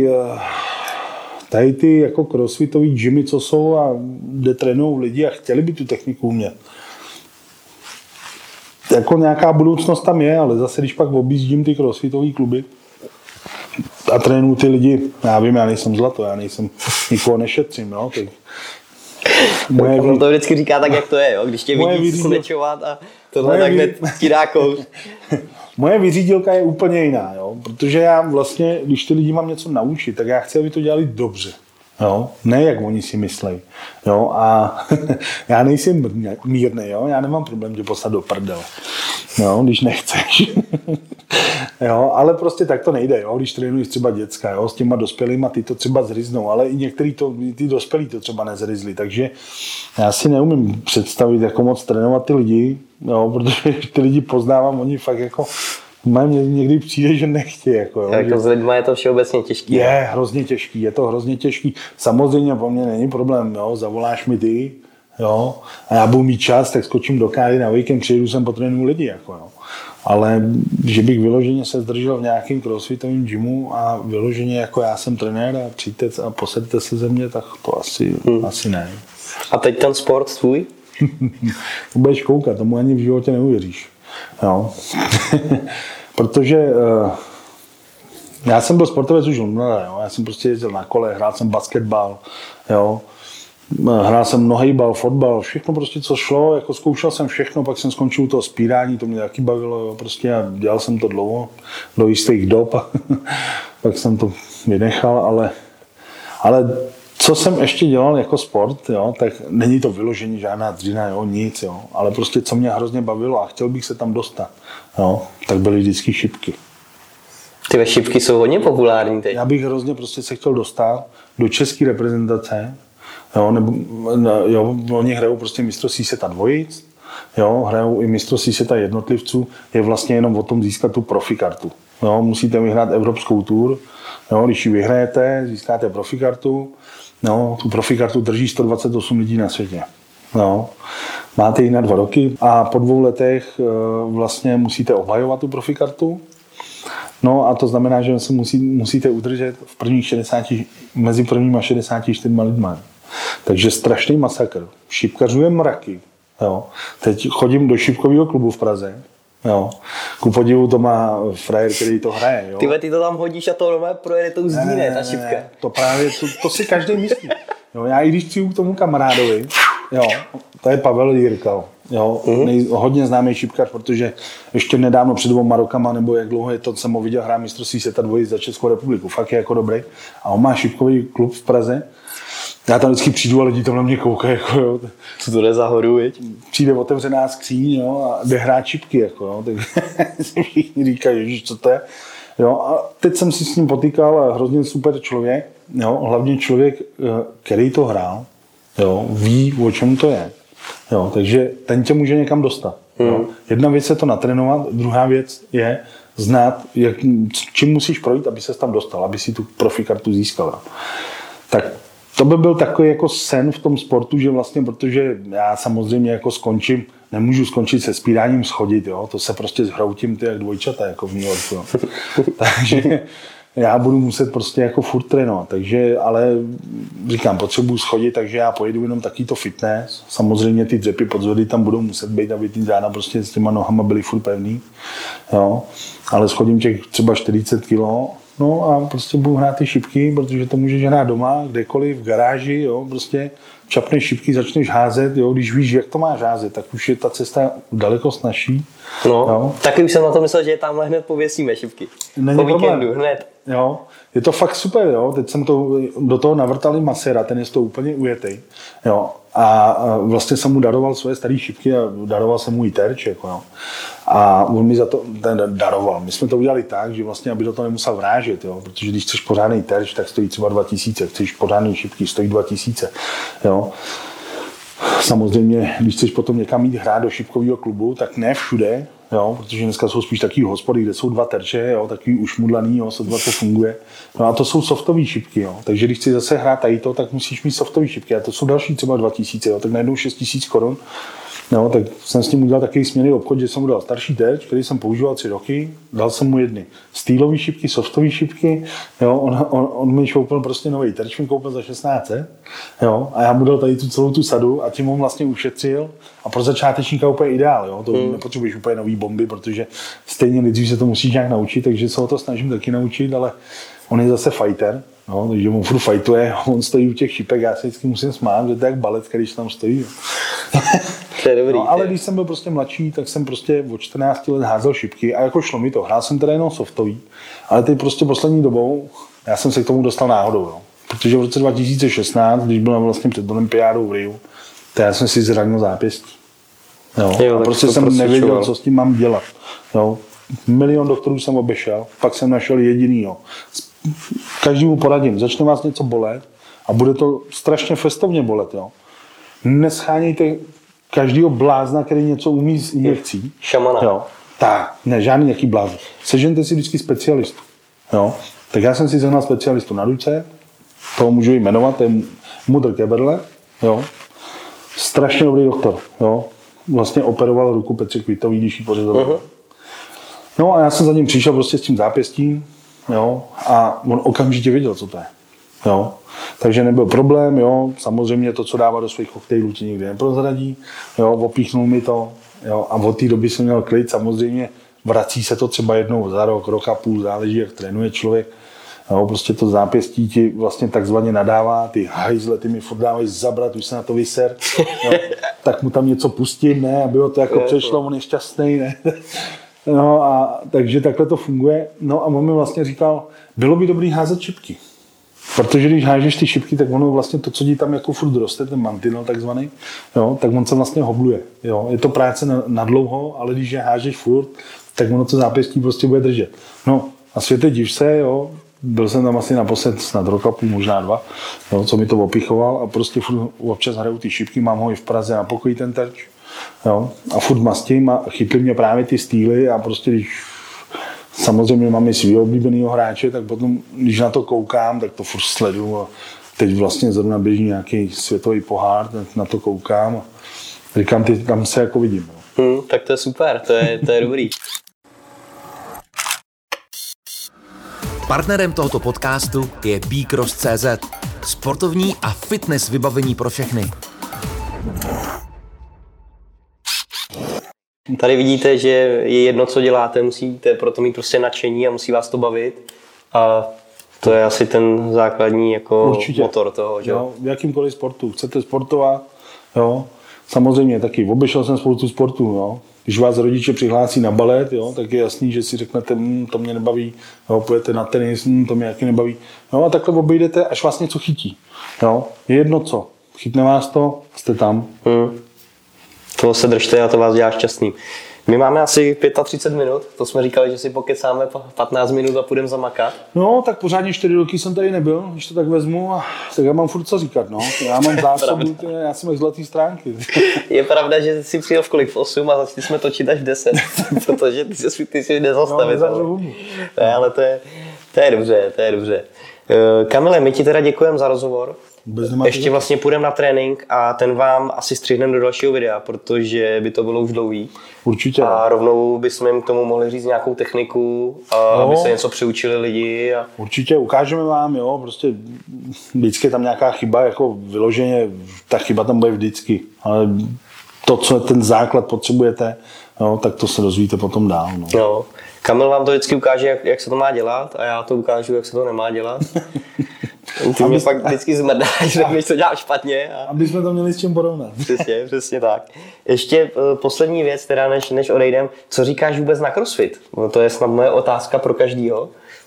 tady ty jako crossfitový gymy, co jsou a kde trénují lidi a chtěli by tu techniku umět. Jako nějaká budoucnost tam je, ale zase když pak objíždím ty crossfitový kluby, a trénuju ty lidi, já vím, já nejsem zlato, já nejsem, nikoho nešetřím, jo, tak... On to vždycky říká tak, jak to je, jo, když tě vidí slečovat a tohle tak hned ti dá kouř. Moje vyřídilka je úplně jiná, jo, protože já vlastně, když ty lidi mám něco naučit, tak já chci, aby to dělali dobře. Jo? Ne, jak oni si myslí. Jo? A já nejsem mírný, jo? Já nemám problém tě poslat do prdele, jo? Když nechceš. Jo? Ale prostě tak to nejde, jo? Když trénuješ třeba děcka, jo? S těma dospělýma ty to třeba zryznou, ale i některý ty dospělí to třeba nezryzli, takže já si neumím představit, jako moc trénovat ty lidi, jo? Protože ty lidi poznávám, oni fakt jako Mně někdy přijde, že nechtějí. Jako s lidma je to všeobecně těžký. Je to hrozně těžký. Samozřejmě po mně není problém, jo, zavoláš mi ty, jo, a já budu mít čas, tak skočím do káry na víkend, přijedu sem po tréninku lidi, jako jo. Ale že bych vyloženě se zdržel v nějakém crossfitovém gymu a vyloženě jako já jsem trenér a přijďte a posaďte se ze mě, tak to asi ne. A teď ten sport tvůj? To budeš koukat, tomu ani v životě neuvěříš. Jo. Protože já jsem byl sportovec už mladý, já jsem prostě jezdil na kole, hrál jsem basketbal, jo. Hrál jsem nohejbal, fotbal, všechno prostě, co šlo, jako zkoušel jsem všechno, pak jsem skončil to spírání, to mě taky bavilo, jo, prostě a dělal jsem to dlouho, do jistých dob, pak jsem to vynechal, ale co jsem ještě dělal jako sport, jo, tak není to vyložení žádná dřina, jo, nic, jo, ale prostě co mě hrozně bavilo a chtěl bych se tam dostat, jo, tak byly vždycky šipky. Ty šipky jsou hodně populární teď. Já bych hrozně prostě se chtěl dostat do české reprezentace, jo, nebo jo, oni hrajou prostě mistrovství světa dvojic, jo, hrajou i mistrovství světa jednotlivců, je vlastně jenom o tom získat tu profikartu. Jo, musíte vyhrát evropskou tour, jo, když ji vyhrajete, získáte profikartu, no, tu profikartu drží 128 lidí na světě. No. Máte ji na 2 roky a po 2 letech vlastně musíte obhajovat tu profikartu. No a to znamená, že se musíte udržet v prvních mezi prvníma 64 lidma. Takže strašný masakr. Šipkařuje mraky. Jo. Teď chodím do šipkového klubu v Praze. Jo. Ku podivu to má frajer, který to hraje. Jo. Ty to tam hodíš a to nové projede tou zdí, ne, ta šipka. To právě, to si každý myslí. Jo, já i když přijdu k tomu kamarádovi, jo, to je Pavel Jirkal, jo, hodně známý šipkař, protože ještě nedávno před 2 rokama, nebo jak dlouho je to, jsem ho viděl hrát mistrovství světa dvojic za Českou republiku, fakt je jako dobrý. A on má šipkový klub v Praze. Já tam vždycky přijdu a lidi tam na mě koukají, jako jo. Co to jde za horu, viď? Přijde otevřená skříň, jo, a jde hrát šipky, jako jo, tak si všichni říkají, ježiš, co to je. Jo, a teď jsem si s ním potýkal a hrozně super člověk, jo, hlavně člověk, který to hrál, jo, ví, o čem to je. Jo, takže ten tě může někam dostat. Jo. Jedna věc je to natrénovat, druhá věc je znát, čím musíš projít, aby ses tam dostal, aby si tu profikartu získal. Tak to by byl takový jako sen v tom sportu, že vlastně, protože já samozřejmě jako skončím, nemůžu skončit se spíráním schodit, jo, to se prostě zhroutím ty jak dvojčata, jako v New Yorku, jo. Takže já budu muset prostě jako furt trénovat, takže, ale říkám, potřebuji schodit, takže já pojedu jenom takýto fitness, samozřejmě ty dřepy podzvody tam budou muset být, aby ty záda prostě s těma nohama byly furt pevný, jo, ale schodím těch třeba 40 kg. No a prostě budu hrát ty šipky, protože to můžeš hrát doma, kdekoliv, v garáži, jo, prostě čapneš šipky, začneš házet, jo, když víš, jak to máš házet, tak už je ta cesta daleko snazší. No, jo. Taky už jsem na to myslel, že tamhle hned pověsíme šipky. Není po víkendu, problém. hned. Jo, je to fakt super, jo, teď jsem to, do toho navrtali masera, ten je to úplně ujetý, jo, a vlastně jsem mu daroval svoje staré šipky a daroval jsem mu i terč, jako jo. A on mi za to daroval. My jsme to udělali tak, že vlastně, aby do toho nemusel vrážet, jo, protože když chceš pořádný terč, tak stojí třeba 2000, chceš pořádný šipky, stojí 2000, jo. Samozřejmě, když chceš potom někam jít hrát do šipkového klubu, tak ne všude, jo, protože dneska jsou spíš takový hospody, kde jsou 2 terče, jo, takový ušmudlaný, jo, sotva to funguje. No a to jsou softové šipky, jo, takže když chci zase hrát tady to, tak musíš mít softové šipky a to jsou další třeba 2000, jo, tak najednou 6000 korun. No, tak jsem s ním udělal takový směnný obchod, že jsem mu dal starší terč, který jsem používal 3 roky, dal jsem mu jedny stýlové šipky, softové šipky, jo, on mi šoupil prostě nový terč, mi koupil za 1600, jo, a já mu dal tady celou tu sadu a tím on vlastně ušetřil a pro začátečníka úplně ideál, jo, to nepotřebuješ úplně nový bomby, protože stejně nejdřív se to musíš nějak naučit, takže se o to snažím taky naučit, ale on je zase fighter, no, takže on furt fightuje, on stojí u těch šipek, já se vždycky musím smát, že to je jak balet, když tam stojí. To je dobrý, no, ale když jsem byl prostě mladší, tak jsem prostě od 14 let házel šipky a jako šlo mi to. Hrál jsem teda jenom softový, ale teď prostě poslední dobou, já jsem se k tomu dostal náhodou, jo. Protože v roce 2016, když byla vlastně před olympiádou v Riu, tak já jsem si zranil zápěstí. Jo, a prostě jsem nevěděl, co s tím mám dělat. Jo. 1 milion doktorů jsem obešel, pak jsem našel jedinýho. Každému poradím, začne vás něco bolet a bude to strašně festovně bolet. Jo. Neschánějte každýho blázna, který něco umí s injekcí. Šamana. Jo. Tak, ne, žádný nějaký blázen. Sežente si vždycky specialistu. Jo? Tak já jsem si sehnal specialistu na ruce, toho můžu jmenovat, to je Mudr Keberle, jo? Strašně dobrý doktor. Jo? Vlastně operoval ruku Petře Kvitový, když ji pořizoval. No a já jsem za ním přišel prostě s tím zápěstím, jo? A on okamžitě věděl, co to je. Jo? Takže nebyl problém, jo? Samozřejmě to, co dává do svých koktejlů, ti nikdy neprozradí, jo? Opíchnul mi to, jo? A od té doby jsem měl klid, samozřejmě vrací se to třeba jednou za rok, rok a půl, záleží, jak trénuje člověk. Jo? Prostě to zápěstí ti vlastně takzvaně nadává, ty hajzle, ty mi furt dávají zabrat, už se na to vyser, jo? Tak mu tam něco pustím, ne, aby ho to jako přešlo, on je šťastný, ne. No a takže takhle to funguje. No a on mi vlastně říkal, bylo by dobrý házet šipky. Protože když hážeš ty šipky, tak ono vlastně to, co ti tam jako furt roste, ten mantinel takzvaný, jo, tak on se vlastně hobluje. Jo. Je to práce na dlouho, ale když je hážeš furt, tak ono to zápěstí prostě bude držet. No a světe div se, jo, byl jsem tam asi naposled snad rok a půl, možná 2, jo, co mi to opichoval a prostě furt občas hraju ty šipky, mám ho i v Praze na pokoji ten terč. Jo, a furt mastím a chytli mě právě ty stýly a prostě když samozřejmě mám i svýho oblíbenýho hráče, tak potom, když na to koukám, tak to furt sleduju a teď vlastně zrovna běží nějaký světový pohár, tak na to koukám a říkám, ty tam se jako vidím. Tak to je super, to je dobrý. Partnerem tohoto podcastu je bcross.cz, sportovní a fitness vybavení pro všechny. Tady vidíte, že je jedno, co děláte, musíte proto mít prostě nadšení a musí vás to bavit. A to je asi ten základní jako motor toho, že? Jo, v jakýmkoliv sportu. Chcete sportovat, jo. Samozřejmě taky obešel jsem spoustu sportů, jo. Když vás rodiče přihlásí na balet, jo, tak je jasný, že si řeknete, to mě nebaví, jo, půjdete na tenis, to mě jaký nebaví. No a takhle obejdete, až vás něco chytí. Jo. Je jedno co. Chytne vás to, jste tam. Toho se držte a to vás dělá šťastný. My máme asi 35 minut, to jsme říkali, že si pokecáme 15 minut a půjdeme zamakat. No, tak pořádně 4 roky jsem tady nebyl, když to tak vezmu, a tak já mám furt co říkat, no. Já mám zásobu, já jsem jak zlatý stránky. Je pravda, že jsi přijel v kolik? V 8 a začali jsme točit až v 10, protože ty si nezastavit. No, ale to je dobře. Kamile, my ti teda děkujeme za rozhovor. Ještě vlastně půjdeme na trénink a ten vám asi střihneme do dalšího videa, protože by to bylo už dlouhý. Určitě. A rovnou bychom jim k tomu mohli říct nějakou techniku, aby se něco přiučili lidi. Určitě, ukážeme vám, jo, prostě vždycky je tam nějaká chyba, jako vyloženě, ta chyba tam bude vždycky, ale to, co ten základ potřebujete, jo, tak to se dozvíte potom dál. No. Jo. Kamil vám to vždycky ukáže, jak se to má dělat a já to ukážu, jak se to nemá dělat. Ty mě pak vždycky zmrdáš, řekneš, co dělám špatně. Aby jsme to měli s čím porovnat. Přesně tak. Ještě poslední věc, teda než odejdem, co říkáš vůbec na CrossFit? To je snad moje otázka pro každýho.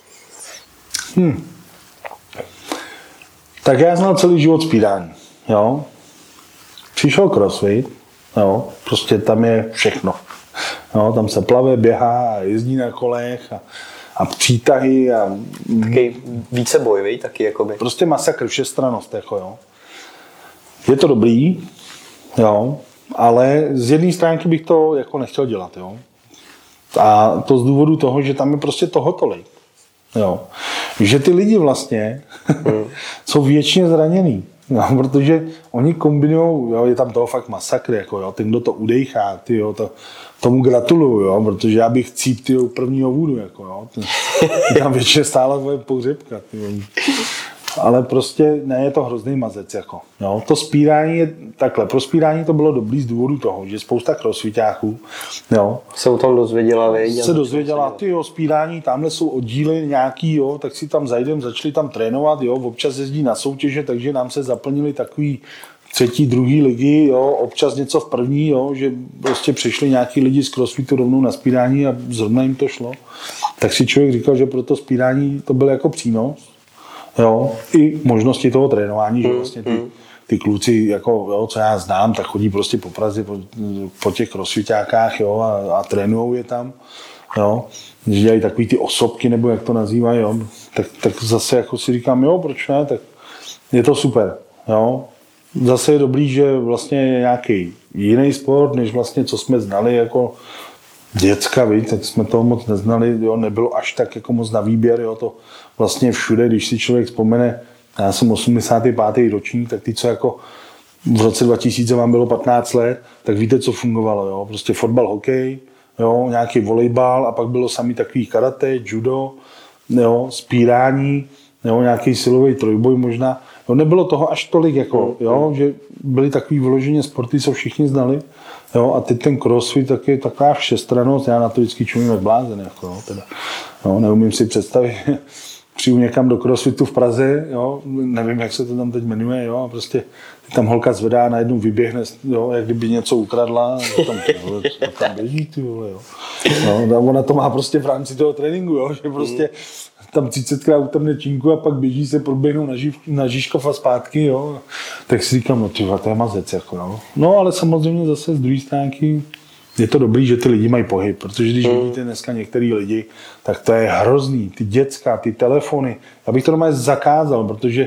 Tak já znal celý život zpírání. Jo? Přišel CrossFit, jo? Prostě tam je všechno. Jo? Tam se plave, běhá, jezdí na kolech a přítahy a taky víceboj, viď? Taky jakoby. Prostě masakr, všestrannost, jako jo. Je to dobrý, jo, ale z jedné stránky bych to jako nechtěl dělat, jo. A to z důvodu toho, že tam je prostě toho tolik, jo. Že ty lidi vlastně jsou věčně zraněný, jo, protože oni kombinujou, jo, je tam toho fakt masakr, jako jo, ten, kdo to udejchá, ty jo, tomu gratuluju, jo, protože já bych cíp u prvního vůdu, jako jo. Tam většině stála tvoje pohřebka, ty. Ale prostě ne, je to hrozný mazec, jako. Jo. To spírání je takhle, pro spírání to bylo dobrý z důvodu toho, že spousta crossfitáků, jo. Se o tom dozvěděla, se dozvěděla, ty jo, spírání, tamhle jsou oddíly nějaký, jo, tak si tam zajdem, začali tam trénovat, jo, občas jezdí na soutěže, takže nám se zaplnili takový 3., 2. ligy, jo, občas něco v první, jo, že prostě přišli nějaký lidi z crossfitu rovnou na spírání a zrovna jim to šlo. Tak si člověk říkal, že pro to spírání to byl jako přínos, jo, i možnosti toho trénování, že vlastně ty kluci, jako, jo, co já znám, tak chodí prostě po Praze, po těch crossfitákách, jo, a trénujou je tam, jo, že dělají takový ty osobky, nebo jak to nazývají, jo, tak zase jako si říkám, jo, proč ne, tak je to super, jo. Zase je dobrý, že vlastně je nějaký jiný sport, než vlastně, co jsme znali, jako děcka, víc, tak jsme toho moc neznali, jo, nebylo až tak jako moc na výběr, jo, to vlastně všude, když si člověk vzpomene, já jsem 85. ročník, tak ty, co jako v roce 2000 vám bylo 15 let, tak víte, co fungovalo, jo, prostě fotbal, hokej, jo, nějaký volejbal a pak bylo samý takový karate, judo, jo, spírání, jo, nějaký silový trojboj možná, jo, nebylo toho až tolik, jako, jo, že byly takový vyloženě sporty, co všichni znali. Jo, a teď ten crossfit tak je taková všestrannost, já na to vždycky čumím jak blázen, jako, jo, teda. Jo, neumím si představit, přijdu někam do crossfitu v Praze, jo, nevím, jak se to tam teď jmenuje, jo, a prostě tam holka zvedá, najednou vyběhne, jo, jak kdyby něco ukradla, tam běží, ty vole, jo. No, ona to má prostě v rámci toho tréninku, jo, že prostě tam 30krát utrhne činku a pak běží se proběhnou na Žižkov a zpátky, jo. Tak si říkám, no tyhle, to je mazec, jako, jo. No, ale samozřejmě zase z druhé stránky je to dobrý, že ty lidi mají pohyb, protože když vidíte dneska některý lidi, tak to je hrozný, ty děcka, ty telefony, já bych to doma zakázal, protože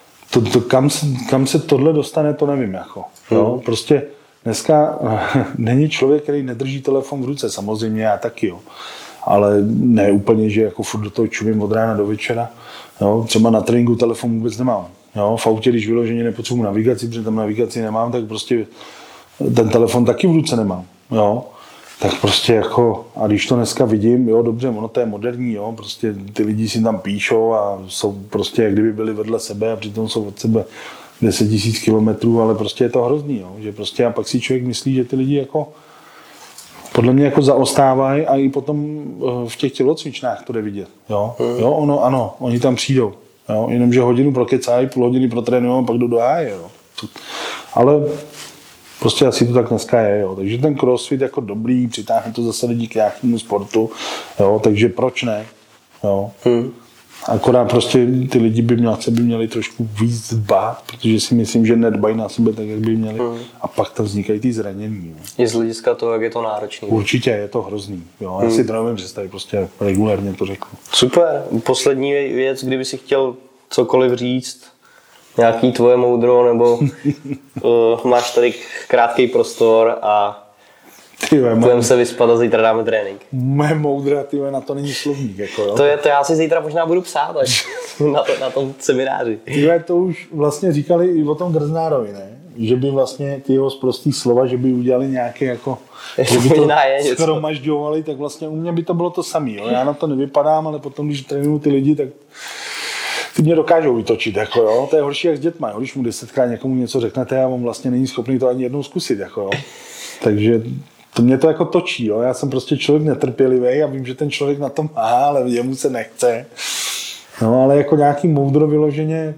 kam se tohle dostane, to nevím, jako, jo. Prostě dneska není člověk, který nedrží telefon v ruce, samozřejmě já taky, jo. Ale ne úplně, že jako furt do toho čumím od rána do večera. Jo. Třeba na tréninku telefon vůbec nemám. Jo. V autě, když vyloženě nepotřebuji navigaci, protože tam navigaci nemám, tak prostě ten telefon taky v ruce nemám. Jo. Tak prostě jako, a když to dneska vidím, jo, dobře, ono to je moderní, jo, prostě ty lidi si tam píšou a jsou prostě, jak kdyby byli vedle sebe a přitom jsou od sebe 10 000 kilometrů, ale prostě je to hrozný, jo, že prostě a pak si člověk myslí, že ty lidi jako podle mě jako zaostávají a i potom v těch tělocvičnách to jde vidět. Jo? Jo, ono, ano, oni tam přijdou. Jo? Jenomže hodinu prokecají, půl hodiny protrénují a pak jdou do háje. Jo? Ale prostě asi to tak dneska je. Jo? Takže ten crossfit jako dobrý, přitáhne to zase lidi k nějakému sportu. Jo? Takže proč ne? Jo? Akorát prostě ty lidi by měli trošku víc dbát, protože si myslím, že nedbají na sebe tak, jak by měli. A pak tam vznikají ty zranění. Jo. Je z hlediska toho, jak je to náročný. Určitě je to hrozný. Jo. Já si to nevím představit, prostě regulérně to řeknu. Super. Poslední věc, kdyby si chtěl cokoliv říct, nějaký tvoje moudro, nebo máš tady krátký prostor a budeme se vyspat a zítra dáme trénink. Moje moudra, na to není slovník. Jako, jo. To já si zítra možná budu psát až na tom semináři. To už vlastně říkali i o tom Grznárovi, ne? Že by vlastně ty jeho sprostý slova, že by udělali nějaké jako, že by to shromažďovali, tak vlastně u mě by to bylo to samé. Já na to nevypadám, ale potom, když trénuju ty lidi, tak ty mě dokážou vytočit. Jako, jo. To je horší jak s dětma. Jo. Když mu 10krát někomu něco řeknete a on vlastně není schopný to ani jednou zkusit. Jako, jo. Takže to mě to jako točí. Jo. Já jsem prostě člověk netrpělivý a vím, že ten člověk na tom má, ale jemu se nechce. No, ale jako nějaký moudro vyloženě.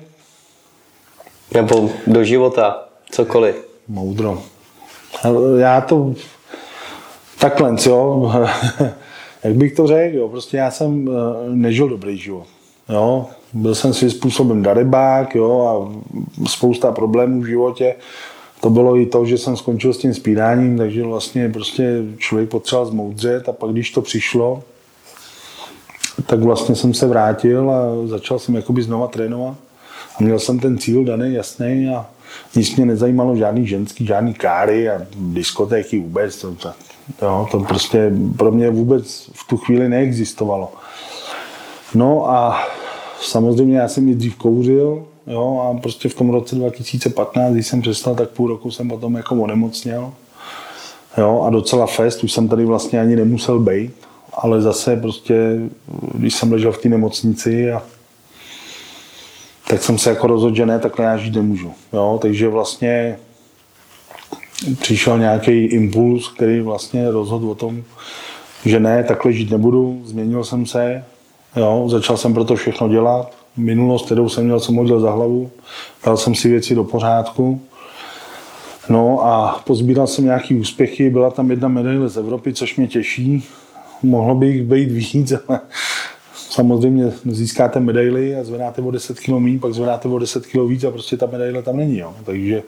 Nebo do života, cokoliv. Moudro. Já to takhle, jo. Jak bych to řekl, jo. Prostě já jsem nežil dobrý život. Jo. Byl jsem svým způsobem darebák, jo, a spousta problémů v životě. To bylo i to, že jsem skončil s tím spíráním, takže vlastně prostě člověk potřeboval zmoudřet a pak když to přišlo, tak vlastně jsem se vrátil a začal jsem jakoby znova trénovat. A měl jsem ten cíl daný, jasný a nic mě nezajímalo, žádný ženský, žádný káry a diskotéky vůbec. To prostě pro mě vůbec v tu chvíli neexistovalo. No a samozřejmě já jsem ji dřív kouřil, jo, a prostě v tom roce 2015, když jsem přestal, tak půl roku jsem potom jako onemocněl. Jo, a docela fest, už jsem tady vlastně ani nemusel být, ale zase prostě, když jsem ležel v té nemocnici, tak jsem se jako rozhodl, že ne, takhle já žít nemůžu. Jo, takže vlastně přišel nějaký impuls, který vlastně rozhodl o tom, že ne, takhle žít nebudu, změnil jsem se, jo, začal jsem pro to všechno dělat. Minulost, kterou jsem měl, jsem hodil za hlavu, dal jsem si věci do pořádku. No a pozbíral jsem nějaký úspěchy, byla tam 1 medaile z Evropy, což mě těší. Mohlo by jich být víc, ale samozřejmě získáte medaily a zvedáte o 10 kg méně, pak zvedáte o 10 kg víc a prostě ta medaile tam není. Jo. Takže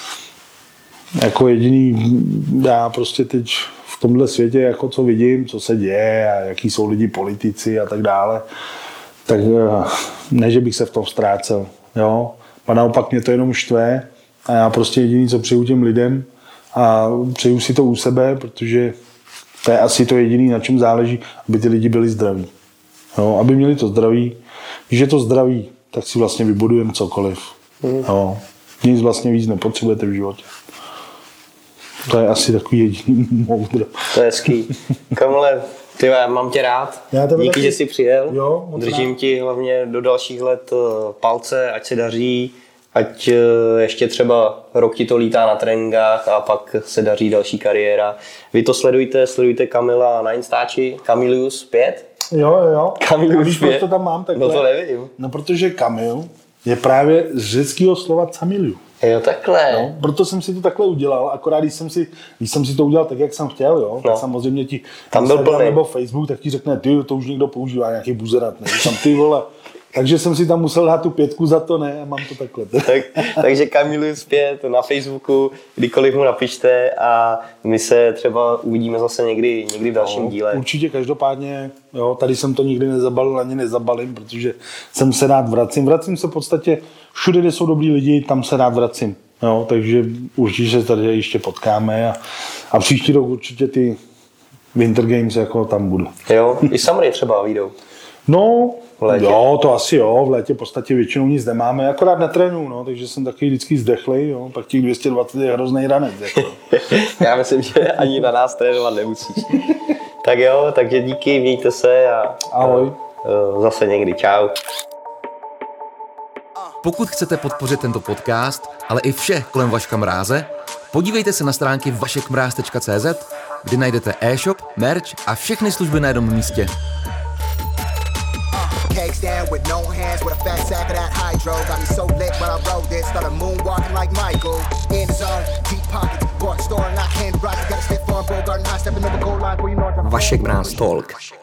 jako jediný, já prostě teď v tomhle světě, jako co vidím, co se děje a jaký jsou lidi politici a tak dále, tak ne, že bych se v tom ztrácel, jo. A naopak mě to jenom štve a já prostě jediný, co přeju těm lidem a přeju si to u sebe, protože To je asi to jediné, na čem záleží, aby ty lidi byli zdraví. Jo, aby měli to zdraví. Když je to zdraví, tak si vlastně vybudujeme cokoliv. Jo, nic vlastně víc nepotřebujete v životě. To je asi takový jediný moudro. To je hezký. Kamile, já mám tě rád. Díky, že jsi přijel. Jo, držím ti hlavně do dalších let palce, ať se daří, ať ještě třeba rok ti to lítá na tréninkách a pak se daří další kariéra. Vy to sledujte Kamila na Instači, Kamilius5. Jo. Kamilius5. Víš, proč to tam mám takhle? No to nevím. No, protože Kamil je právě z řeckého slova camiliu. Jo, takhle. No, proto jsem si to takhle udělal, akorát když jsem si to udělal tak, jak jsem chtěl, jo, tak samozřejmě ti tam byl plný. Nebo Facebook, tak ti řekne, ty, to už někdo používá, nějaký buzerat, ne, tam ty vole. Takže jsem si tam musel dát tu 5 za to, ne, a mám to takhle. Takže Kamilius5 na Facebooku, kdykoliv mu napište a my se třeba uvidíme zase někdy v dalším díle. Určitě, každopádně, jo, tady jsem to nikdy nezabalil, ani nezabalím, protože jsem se rád vracím. Vracím se v podstatě všude, kde jsou dobrý lidi, tam se rád vracím. Jo, takže určitě se tady ještě potkáme a příští rok určitě ty Winter Games jako tam budu. Jo, i Summery třeba vyjdou. No, jo, to asi jo, v létě v podstatě většinou nic nemáme, akorát netrénuju, no, takže jsem taky vždycky zdechlej, jo, pak těch 220 je hrozný ranec. Jako. Já myslím, že ani na nás trénovat nemusíš. Tak jo, takže díky, mějte se a ahoj. Zase někdy, čau. Pokud chcete podpořit tento podcast, ale i vše kolem Vaška Mráze, podívejte se na stránky vašekmraz.cz, kde najdete e-shop, merch a všechny služby na jednom místě. Cakes down with no hands, with a fat sack of that hydro. Got me so lit when I rode this, started moonwalking like Michael. In the zone, deep pockets, bought store, not hand rock. Got a stiff on Bogart, not stepping over goal line where you know. Vašek Mráz Talk.